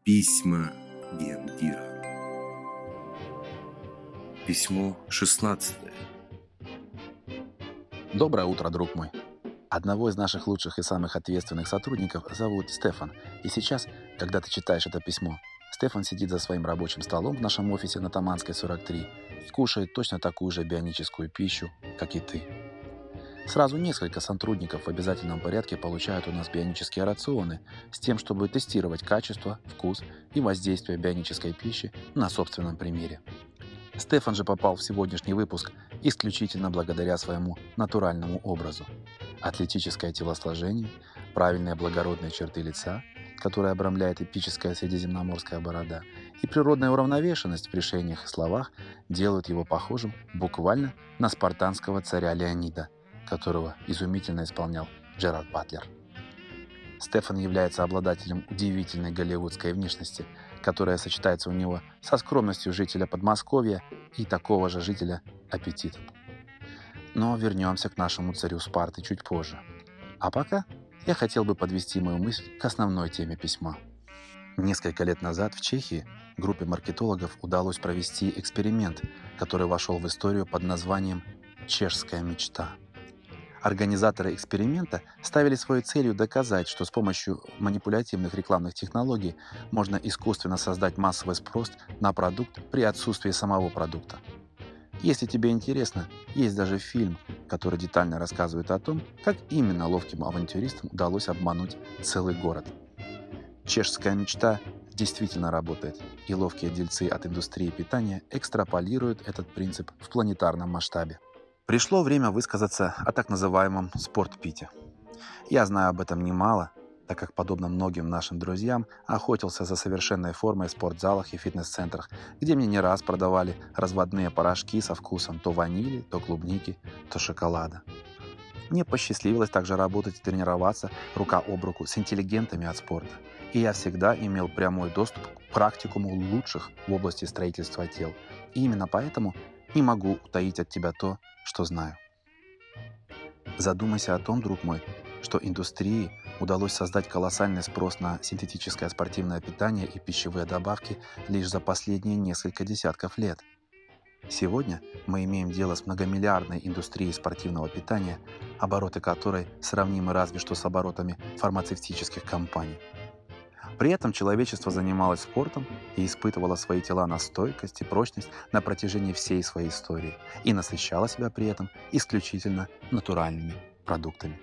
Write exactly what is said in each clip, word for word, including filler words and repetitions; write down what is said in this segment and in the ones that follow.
Письма Гендира. Письмо шестнадцатое. Доброе утро, друг мой. Одного из наших лучших и самых ответственных сотрудников зовут Стефан. И сейчас, когда ты читаешь это письмо, Стефан сидит за своим рабочим столом в нашем офисе на Таманской, сорок три, и кушает точно такую же бионическую пищу, как и ты. Сразу несколько сотрудников в обязательном порядке получают у нас бионические рационы с тем, чтобы тестировать качество, вкус и воздействие бионической пищи на собственном примере. Стефан же попал в сегодняшний выпуск исключительно благодаря своему натуральному образу. Атлетическое телосложение, правильные благородные черты лица, которые обрамляет эпическая средиземноморская борода, и природная уравновешенность в решениях и словах делают его похожим буквально на спартанского царя Леонида, которого изумительно исполнял Джерард Батлер. Стефан является обладателем удивительной голливудской внешности, которая сочетается у него со скромностью жителя Подмосковья и такого же жителя аппетитом. Но вернемся к нашему царю Спарты чуть позже. А пока я хотел бы подвести мою мысль к основной теме письма. Несколько лет назад в Чехии группе маркетологов удалось провести эксперимент, который вошел в историю под названием «Чешская мечта». Организаторы эксперимента ставили своей целью доказать, что с помощью манипулятивных рекламных технологий можно искусственно создать массовый спрос на продукт при отсутствии самого продукта. Если тебе интересно, есть даже фильм, который детально рассказывает о том, как именно ловким авантюристам удалось обмануть целый город. Чешская мечта действительно работает, и ловкие дельцы от индустрии питания экстраполируют этот принцип в планетарном масштабе. Пришло время высказаться о так называемом спортпите. Я знаю об этом немало, так как, подобно многим нашим друзьям, охотился за совершенной формой в спортзалах и фитнес-центрах, где мне не раз продавали разводные порошки со вкусом то ванили, то клубники, то шоколада. Мне посчастливилось также работать и тренироваться рука об руку с интеллигентами от спорта, и я всегда имел прямой доступ к практикуму лучших в области строительства тел. И именно поэтому не могу утаить от тебя то, что знаю. Задумайся о том, друг мой, что индустрии удалось создать колоссальный спрос на синтетическое спортивное питание и пищевые добавки лишь за последние несколько десятков лет. Сегодня мы имеем дело с многомиллиардной индустрией спортивного питания, обороты которой сравнимы разве что с оборотами фармацевтических компаний. При этом человечество занималось спортом и испытывало свои тела на стойкость и прочность на протяжении всей своей истории и насыщало себя при этом исключительно натуральными продуктами.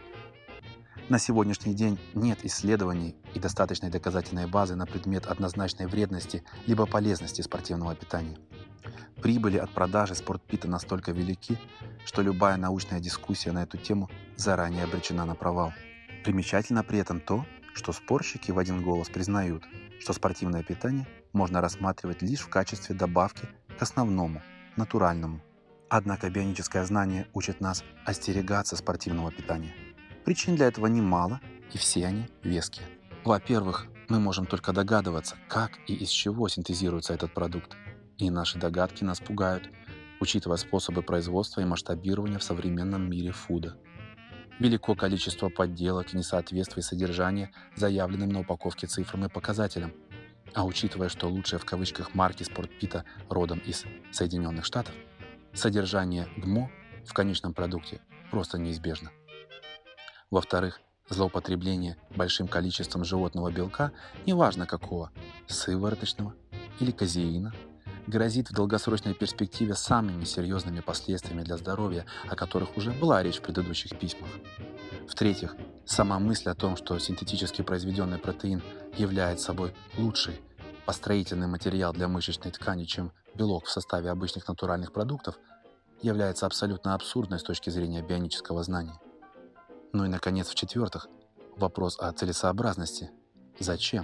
На сегодняшний день нет исследований и достаточной доказательной базы на предмет однозначной вредности либо полезности спортивного питания. Прибыли от продажи спортпита настолько велики, что любая научная дискуссия на эту тему заранее обречена на провал. Примечательно при этом то, что спорщики в один голос признают, что спортивное питание можно рассматривать лишь в качестве добавки к основному, натуральному. Однако бионическое знание учит нас остерегаться спортивного питания. Причин для этого немало, и все они веские. Во-первых, мы можем только догадываться, как и из чего синтезируется этот продукт. И наши догадки нас пугают, учитывая способы производства и масштабирования в современном мире фуда. Велико количество подделок и несоответствий содержания заявленным на упаковке цифрам и показателям. А учитывая, что лучшие в кавычках марки спортпита родом из Соединенных Штатов, содержание ГМО в конечном продукте просто неизбежно. Во-вторых, злоупотребление большим количеством животного белка, неважно какого, сывороточного или казеина, грозит в долгосрочной перспективе самыми серьезными последствиями для здоровья, о которых уже была речь в предыдущих письмах. В-третьих, сама мысль о том, что синтетически произведенный протеин является собой лучший построительный материал для мышечной ткани, чем белок в составе обычных натуральных продуктов, является абсолютно абсурдной с точки зрения бионического знания. Ну и, наконец, в-четвертых, вопрос о целесообразности. Зачем?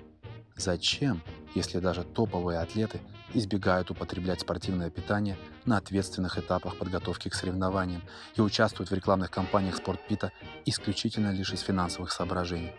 Зачем, если даже топовые атлеты избегают употреблять спортивное питание на ответственных этапах подготовки к соревнованиям и участвуют в рекламных кампаниях спортпита исключительно лишь из финансовых соображений?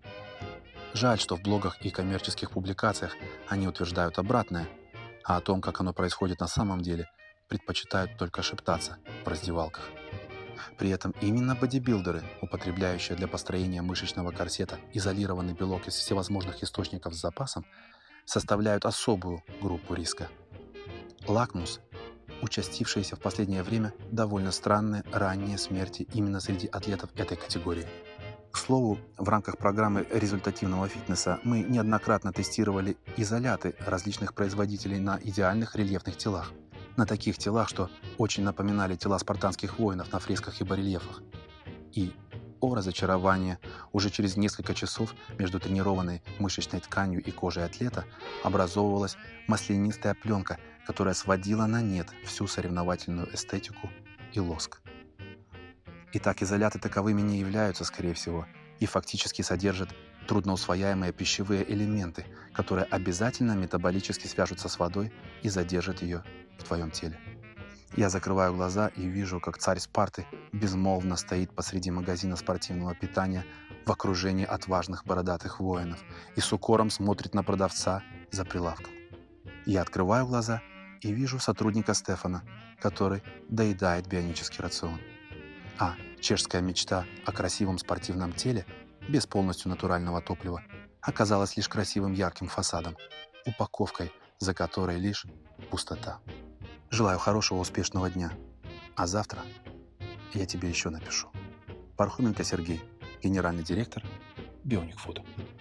Жаль, что в блогах и коммерческих публикациях они утверждают обратное, а о том, как оно происходит на самом деле, предпочитают только шептаться в раздевалках. При этом именно бодибилдеры, употребляющие для построения мышечного корсета изолированный белок из всевозможных источников с запасом, составляют особую группу риска. Лакмус – участившиеся в последнее время довольно странные ранние смерти именно среди атлетов этой категории. К слову, в рамках программы результативного фитнеса мы неоднократно тестировали изоляты различных производителей на идеальных рельефных телах. На таких телах, что очень напоминали тела спартанских воинов на фресках и барельефах. И, о разочарование, уже через несколько часов между тренированной мышечной тканью и кожей атлета образовывалась маслянистая пленка, которая сводила на нет всю соревновательную эстетику и лоск. Итак, изоляты таковыми не являются, скорее всего, и фактически содержат трудноусвояемые пищевые элементы, которые обязательно метаболически свяжутся с водой и задержат ее в твоем теле. Я закрываю глаза и вижу, как царь Спарты безмолвно стоит посреди магазина спортивного питания в окружении отважных бородатых воинов и с укором смотрит на продавца за прилавком. Я открываю глаза и вижу сотрудника Стефана, который доедает бионический рацион. А чешская мечта о красивом спортивном теле без полностью натурального топлива оказалась лишь красивым ярким фасадом, упаковкой, за которой лишь пустота. Желаю хорошего, успешного дня. А завтра я тебе еще напишу. Пархоменко Сергей, генеральный директор Bionic Food.